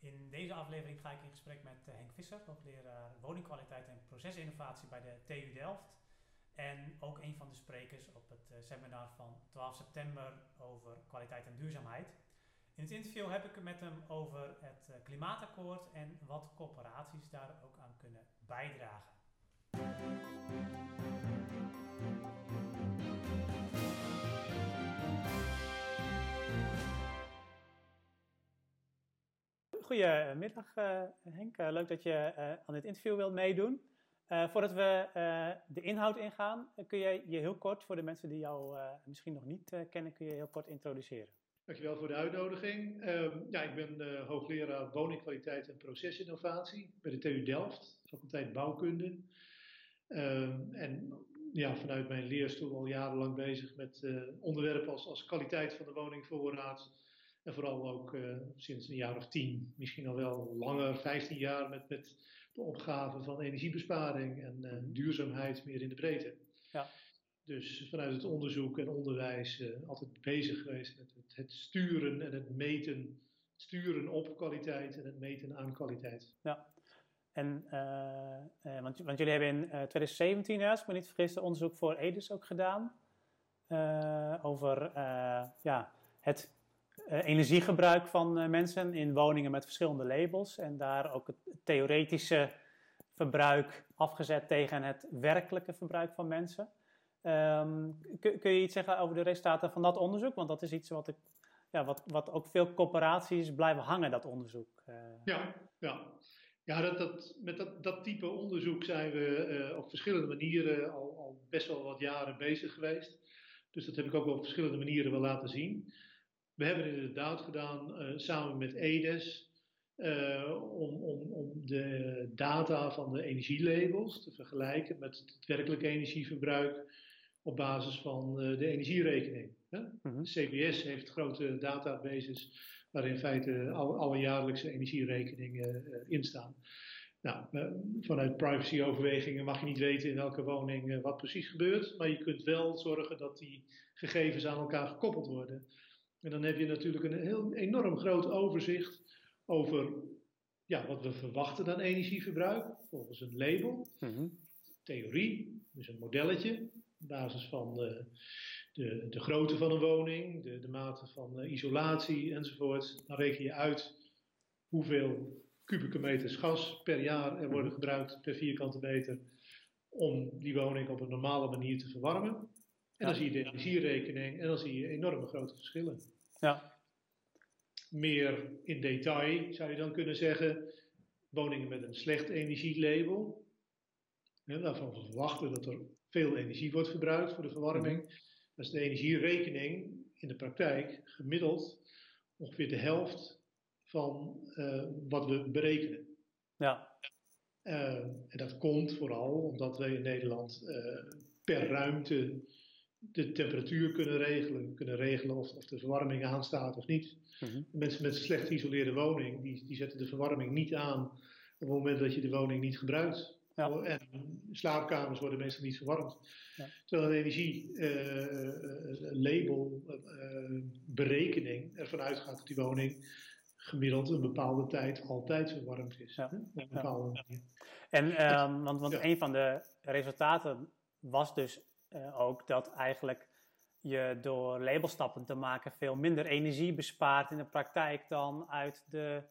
In deze aflevering ga ik in gesprek met Henk Visser, hoogleraar woningkwaliteit en procesinnovatie bij de TU Delft. En ook een van de sprekers op het seminar van 12 september over kwaliteit en duurzaamheid. In het interview heb ik het met hem over het klimaatakkoord en wat corporaties daar ook aan kunnen bijdragen. Goedemiddag Henk, leuk dat je aan dit interview wilt meedoen. Voordat we de inhoud ingaan, kun je je heel kort, voor de mensen die jou misschien nog niet kennen, kun je heel kort introduceren. Dankjewel voor de uitnodiging. Ik ben hoogleraar woningkwaliteit en procesinnovatie bij de TU Delft, faculteit bouwkunde. Vanuit mijn leerstoel al jarenlang bezig met onderwerpen als kwaliteit van de woningvoorraad. En vooral ook sinds een jaar of 10, misschien al wel langer, 15 jaar met de opgave van energiebesparing en duurzaamheid meer in de breedte. Ja. Dus vanuit het onderzoek en onderwijs altijd bezig geweest met het sturen en het meten. Het sturen op kwaliteit en het meten aan kwaliteit. Ja, en, want jullie hebben in 2017, als ik me niet vergis, onderzoek voor Edes ook gedaan. Over het energiegebruik van mensen in woningen met verschillende labels. En daar ook het theoretische verbruik afgezet tegen het werkelijke verbruik van mensen. Kun je iets zeggen over de resultaten van dat onderzoek? Want dat is iets wat ook veel corporaties blijven hangen, dat onderzoek. Met dat type onderzoek zijn we op verschillende manieren al best wel wat jaren bezig geweest. Dus dat heb ik ook op verschillende manieren wel laten zien. We hebben het inderdaad gedaan samen met Edes om de data van de energielabels te vergelijken met het werkelijke energieverbruik op basis van de energierekening. Mm-hmm. CBS heeft grote databases waarin in feite alle jaarlijkse energierekeningen in staan. Nou, vanuit privacyoverwegingen mag je niet weten in welke woning wat precies gebeurt, maar je kunt wel zorgen dat die gegevens aan elkaar gekoppeld worden. En dan heb je natuurlijk een heel enorm groot overzicht over wat we verwachten aan energieverbruik volgens een label, theorie, dus een modelletje, op basis van de grootte van een woning, de mate van isolatie enzovoort. Dan reken je uit hoeveel kubieke meters gas per jaar er worden gebruikt per vierkante meter om die woning op een normale manier te verwarmen. En dan zie je de energierekening en dan zie je enorme grote verschillen. Ja. Meer in detail zou je dan kunnen zeggen, woningen met een slecht energielabel, daarvan verwachten dat er veel energie wordt verbruikt voor de verwarming. Dat is de energierekening in de praktijk gemiddeld ongeveer de helft van wat we berekenen. Ja. En dat komt vooral omdat wij in Nederland per ruimte de temperatuur kunnen regelen of de verwarming aanstaat of niet. Mensen met een slecht geïsoleerde woning, die zetten de verwarming niet aan op het moment dat je de woning niet gebruikt. Ja. En slaapkamers worden meestal niet verwarmd. Ja. Terwijl een energielabel berekening ervan uitgaat dat die woning gemiddeld een bepaalde tijd altijd verwarmd is. Ja. Een bepaalde manier. En want een van de resultaten was dus ook dat eigenlijk je door labelstappen te maken veel minder energie bespaart in de praktijk dan uit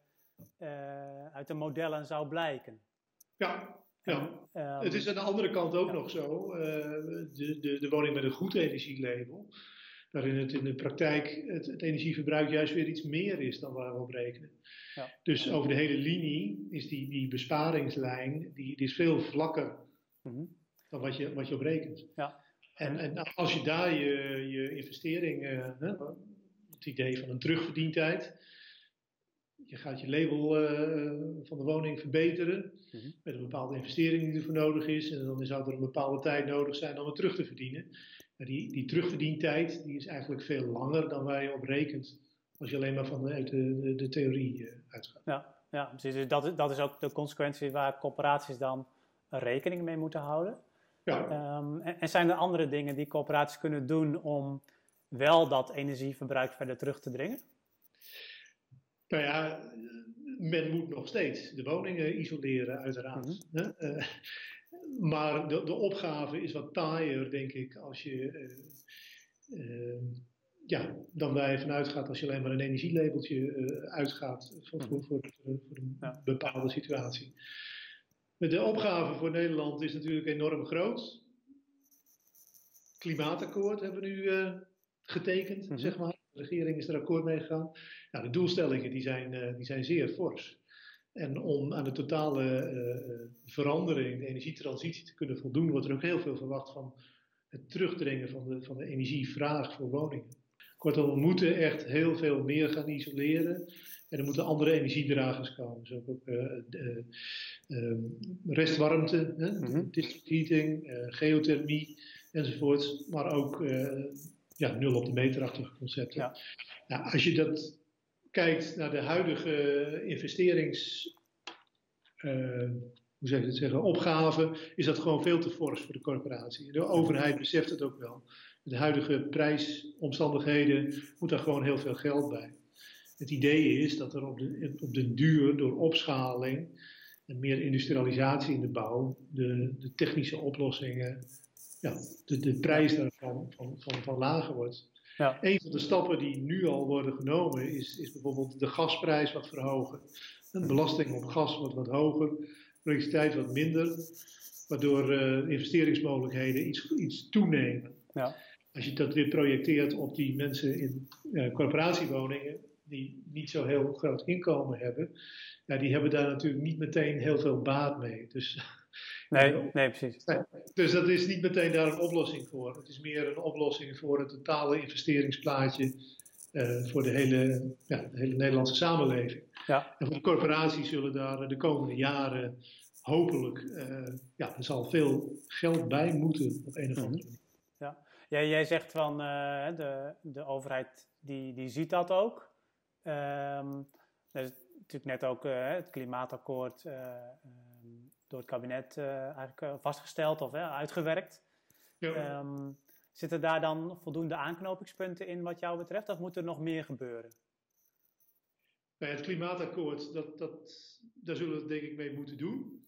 de modellen zou blijken. Ja. Het is aan de andere kant ook nog zo. De woning met een goed energielabel, waarin het in de praktijk het energieverbruik juist weer iets meer is dan waar we op rekenen. Ja. Dus over de hele linie is die besparingslijn die is veel vlakker dan wat je op rekent. Ja. En als je daar je investering, het idee van een terugverdientijd, je gaat je label van de woning verbeteren met een bepaalde investering die ervoor nodig is. En dan zou er een bepaalde tijd nodig zijn om het terug te verdienen. Maar die terugverdientijd die is eigenlijk veel langer dan waar je op rekent als je alleen maar vanuit de theorie uitgaat. Ja, precies. Dus dat is ook de consequentie waar corporaties dan rekening mee moeten houden. Ja. En zijn er andere dingen die corporaties kunnen doen om wel dat energieverbruik verder terug te dringen? Nou ja, men moet nog steeds de woningen isoleren, uiteraard. Maar de opgave is wat taaier, denk ik, als je dan waar je vanuit gaat als je alleen maar een energielabeltje uitgaat voor een bepaalde situatie. De opgave voor Nederland is natuurlijk enorm groot. Klimaatakkoord hebben we nu getekend, zeg maar. De regering is er akkoord mee gegaan. Nou, de doelstellingen die zijn zeer fors. En om aan de totale verandering, de energietransitie te kunnen voldoen, wordt er ook heel veel verwacht van het terugdringen van de energievraag voor woningen. Kortom, we moeten echt heel veel meer gaan isoleren. En er moeten andere energiedragers komen. Dus ook restwarmte, district heating, geothermie enzovoort. Maar ook nul op de meterachtige concepten. Ja. Nou, als je dat kijkt naar de huidige opgave, is dat gewoon veel te fors voor de corporatie. De overheid beseft het ook wel. De huidige prijsomstandigheden moet daar gewoon heel veel geld bij. Het idee is dat er op de duur, door opschaling en meer industrialisatie in de bouw, de technische oplossingen, de prijs daarvan van lager wordt. Ja. Een van de stappen die nu al worden genomen is bijvoorbeeld de gasprijs wat verhogen. De belasting op gas wordt wat hoger, elektriciteit wat minder, waardoor investeringsmogelijkheden iets toenemen. Ja. Als je dat weer projecteert op die mensen in corporatiewoningen die niet zo heel groot inkomen hebben, die hebben daar natuurlijk niet meteen heel veel baat mee. Dus, nee, precies. Dus dat is niet meteen daar een oplossing voor. Het is meer een oplossing voor het totale investeringsplaatje voor de hele Nederlandse samenleving. Ja. En voor de corporaties zullen daar de komende jaren hopelijk, er zal veel geld bij moeten op een of andere manier. Ja, jij zegt van de overheid die ziet dat ook. Dat is natuurlijk net ook het klimaatakkoord door het kabinet eigenlijk vastgesteld of uitgewerkt. Ja. Zitten daar dan voldoende aanknopingspunten in wat jou betreft? Of moet er nog meer gebeuren? Bij het klimaatakkoord, daar zullen we het denk ik mee moeten doen.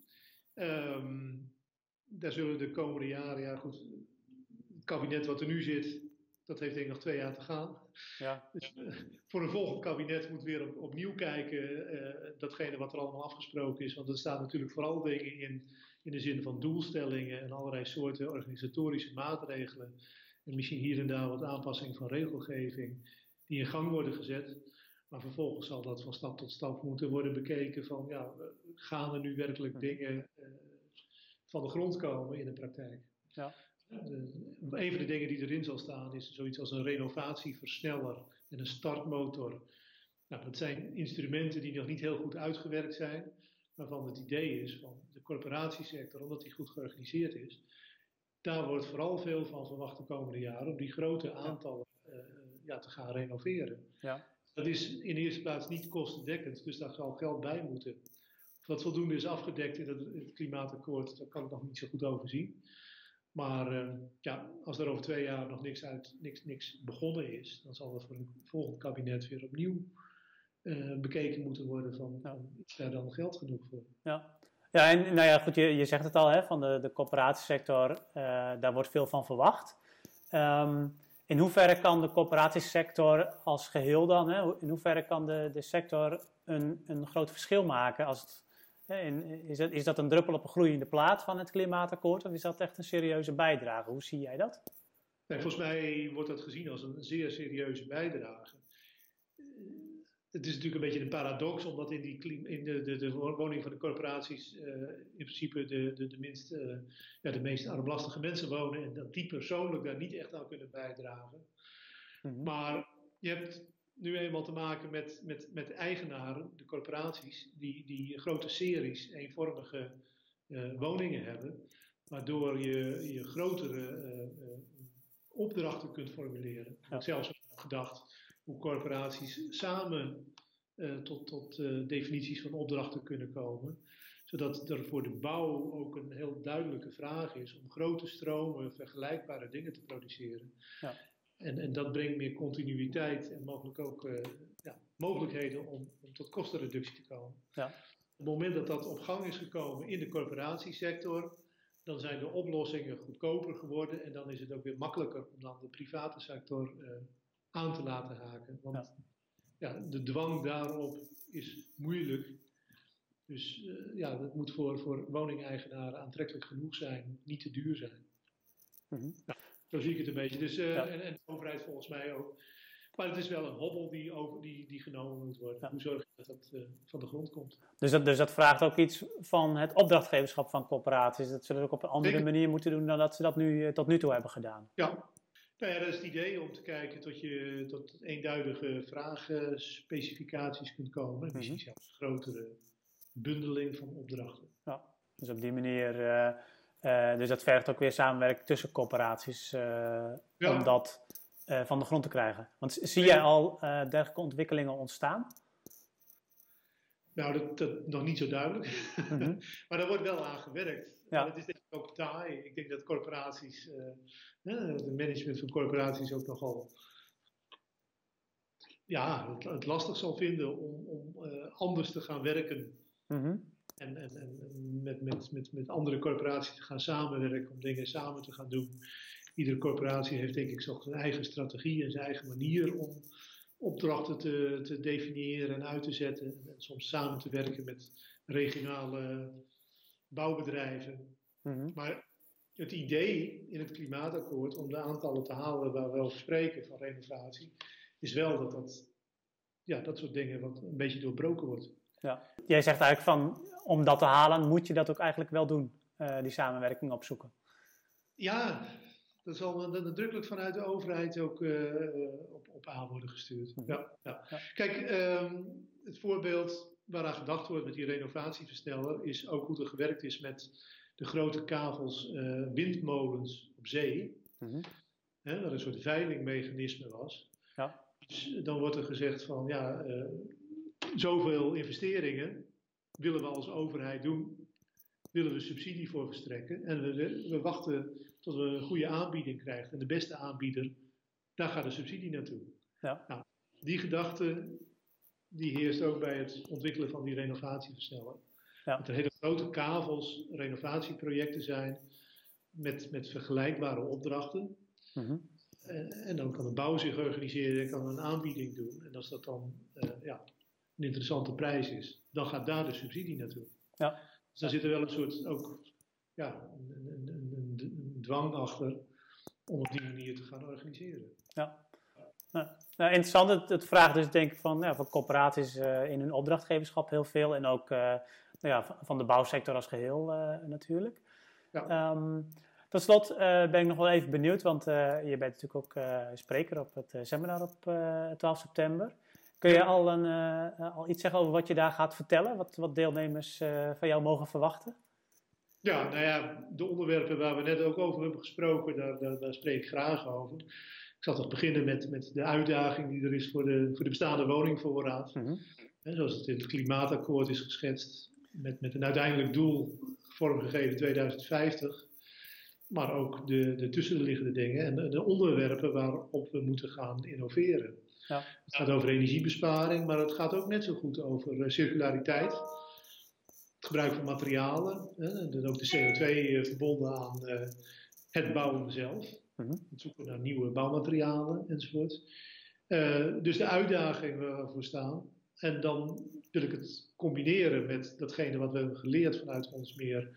Daar zullen de komende jaren, het kabinet wat er nu zit, dat heeft denk ik nog 2 jaar te gaan. Ja. Dus, voor een volgend kabinet moet weer opnieuw kijken datgene wat er allemaal afgesproken is. Want er staan natuurlijk vooral dingen in de zin van doelstellingen en allerlei soorten organisatorische maatregelen. En misschien hier en daar wat aanpassing van regelgeving die in gang worden gezet. Maar vervolgens zal dat van stap tot stap moeten worden bekeken van gaan er nu werkelijk dingen van de grond komen in de praktijk. Ja. Een van de dingen die erin zal staan is zoiets als een renovatieversneller en een startmotor. Nou, dat zijn instrumenten die nog niet heel goed uitgewerkt zijn, waarvan het idee is van de corporatiesector, omdat die goed georganiseerd is, daar wordt vooral veel van verwacht de komende jaren om die grote aantallen te gaan renoveren. Ja. Dat is in de eerste plaats niet kostendekkend, dus daar zal geld bij moeten. Of dat voldoende is afgedekt in het klimaatakkoord, daar kan ik nog niet zo goed over zien. Maar als er over 2 jaar nog niks begonnen is, dan zal dat voor een volgend kabinet weer opnieuw bekeken moeten worden van is daar dan geld genoeg voor? Ja, en goed, je zegt het al, van de corporatiesector, daar wordt veel van verwacht. In hoeverre kan de corporatiesector als geheel dan, in hoeverre kan de sector een groot verschil maken als het... Is dat een druppel op een gloeiende plaat van het klimaatakkoord of is dat echt een serieuze bijdrage? Hoe zie jij dat? Nee, volgens mij wordt dat gezien als een zeer serieuze bijdrage. Het is natuurlijk een beetje een paradox, omdat in de woning van de corporaties in principe de meest armlastige mensen wonen en dat die persoonlijk daar niet echt aan kunnen bijdragen. Mm-hmm. Maar je hebt nu eenmaal te maken met eigenaren, de corporaties, die grote series, eenvormige woningen hebben, waardoor je grotere opdrachten kunt formuleren. Ik heb zelfs gedacht hoe corporaties samen tot definities van opdrachten kunnen komen, zodat er voor de bouw ook een heel duidelijke vraag is om grote stromen vergelijkbare dingen te produceren. Ja. En dat brengt meer continuïteit en mogelijk ook mogelijkheden om tot kostenreductie te komen. Ja. Op het moment dat dat op gang is gekomen in de corporatiesector, dan zijn de oplossingen goedkoper geworden en dan is het ook weer makkelijker om dan de private sector aan te laten haken. Want de dwang daarop is moeilijk. Dus dat moet voor woningeigenaren aantrekkelijk genoeg zijn, niet te duur zijn. Mm-hmm. Zo zie ik het een beetje. Dus, en de overheid volgens mij ook. Maar het is wel een hobbel die genomen moet worden. Ja. Hoe zorg je dat van de grond komt? Dus dat vraagt ook iets van het opdrachtgeverschap van corporaties. Dat ze dat ook op een andere manier moeten doen dan dat ze dat tot nu toe hebben gedaan. Ja. Nou ja, dat is het idee om te kijken tot je tot eenduidige vraagspecificaties kunt komen. En misschien zelfs een grotere bundeling van opdrachten. Ja, dus op die manier... dus dat vergt ook weer samenwerking tussen corporaties om dat van de grond te krijgen. Want zie jij al dergelijke ontwikkelingen ontstaan? Nou, dat nog niet zo duidelijk. Mm-hmm. Maar daar wordt wel aan gewerkt. Ja. Dat is denk ik ook taai. Ik denk dat corporaties, de management van corporaties ook nogal het lastig zal vinden om anders te gaan werken. Mm-hmm. En met andere corporaties te gaan samenwerken, om dingen samen te gaan doen. Iedere corporatie heeft denk ik zijn eigen strategie en zijn eigen manier om opdrachten te definiëren en uit te zetten. En soms samen te werken met regionale bouwbedrijven. Mm-hmm. Maar het idee in het klimaatakkoord om de aantallen te halen waar we over spreken van renovatie, is wel dat soort dingen wat een beetje doorbroken wordt. Ja. Jij zegt eigenlijk van, om dat te halen moet je dat ook eigenlijk wel doen, die samenwerking opzoeken. Ja, dat zal nadrukkelijk vanuit de overheid ook op aan worden gestuurd. Mm-hmm. Ja. Kijk, het voorbeeld waaraan gedacht wordt met die renovatieversneller is ook hoe er gewerkt is met de grote kavels windmolens op zee. Mm-hmm. Waar een soort veilingmechanisme was. Ja. Dus dan wordt er gezegd van zoveel investeringen willen we als overheid doen, willen we subsidie voor verstrekken en we wachten tot we een goede aanbieding krijgen. En de beste aanbieder, daar gaat de subsidie naartoe. Ja. Nou, die gedachte die heerst ook bij het ontwikkelen van die renovatieversneller. Ja. Dat er hele grote kavels renovatieprojecten zijn met vergelijkbare opdrachten. Mm-hmm. En dan kan de bouw zich organiseren en kan een aanbieding doen. En als dat dan een interessante prijs is, dan gaat daar de subsidie naartoe. Ja. Dus daar zit er wel een soort een dwang achter om op die manier te gaan organiseren. Ja. Nou, interessant. Het vraagt dus denk ik van corporaties in hun opdrachtgeverschap heel veel en ook van de bouwsector als geheel natuurlijk. Ja. Tot slot ben ik nog wel even benieuwd, want je bent natuurlijk ook spreker op het seminar op 12 september. Kun je al iets zeggen over wat je daar gaat vertellen? Wat deelnemers van jou mogen verwachten? Ja, nou ja, de onderwerpen waar we net ook over hebben gesproken, daar spreek ik graag over. Ik zal toch beginnen met de uitdaging die er is voor de bestaande woningvoorraad. Mm-hmm. Zoals het in het klimaatakkoord is geschetst, met een uiteindelijk doel vormgegeven 2050. Maar ook de tussenliggende dingen en de onderwerpen waarop we moeten gaan innoveren. Ja. Het gaat over energiebesparing, maar het gaat ook net zo goed over circulariteit. Het gebruik van materialen, en ook de CO2 verbonden aan het bouwen zelf. Mm-hmm. Het zoeken naar nieuwe bouwmaterialen enzovoort. Dus de uitdaging waar we voor staan. En dan wil ik het combineren met datgene wat we hebben geleerd vanuit ons meer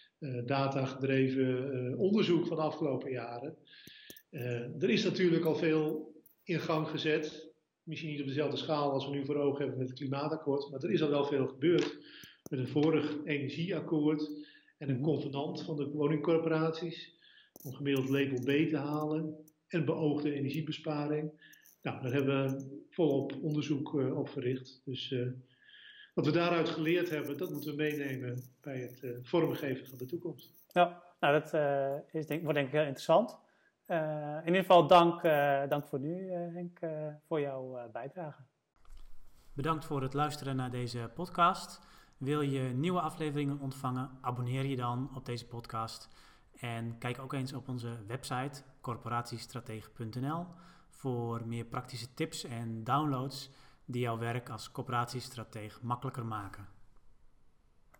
datagedreven onderzoek van de afgelopen jaren. Er is natuurlijk al veel in gang gezet. Misschien niet op dezelfde schaal als we nu voor ogen hebben met het klimaatakkoord. Maar er is al wel veel gebeurd. Met een vorig energieakkoord en een convenant van de woningcorporaties. Om gemiddeld label B te halen. En beoogde energiebesparing. Nou, daar hebben we volop onderzoek op verricht. Dus wat we daaruit geleerd hebben, dat moeten we meenemen bij het vormgeven van de toekomst. Ja, nou dat wordt denk ik heel interessant. In ieder geval dank voor nu, Henk, voor jouw bijdrage. Bedankt voor het luisteren naar deze podcast. Wil je nieuwe afleveringen ontvangen? Abonneer je dan op deze podcast. En kijk ook eens op onze website corporatiestratege.nl voor meer praktische tips en downloads die jouw werk als coöperatiestrateeg makkelijker maken?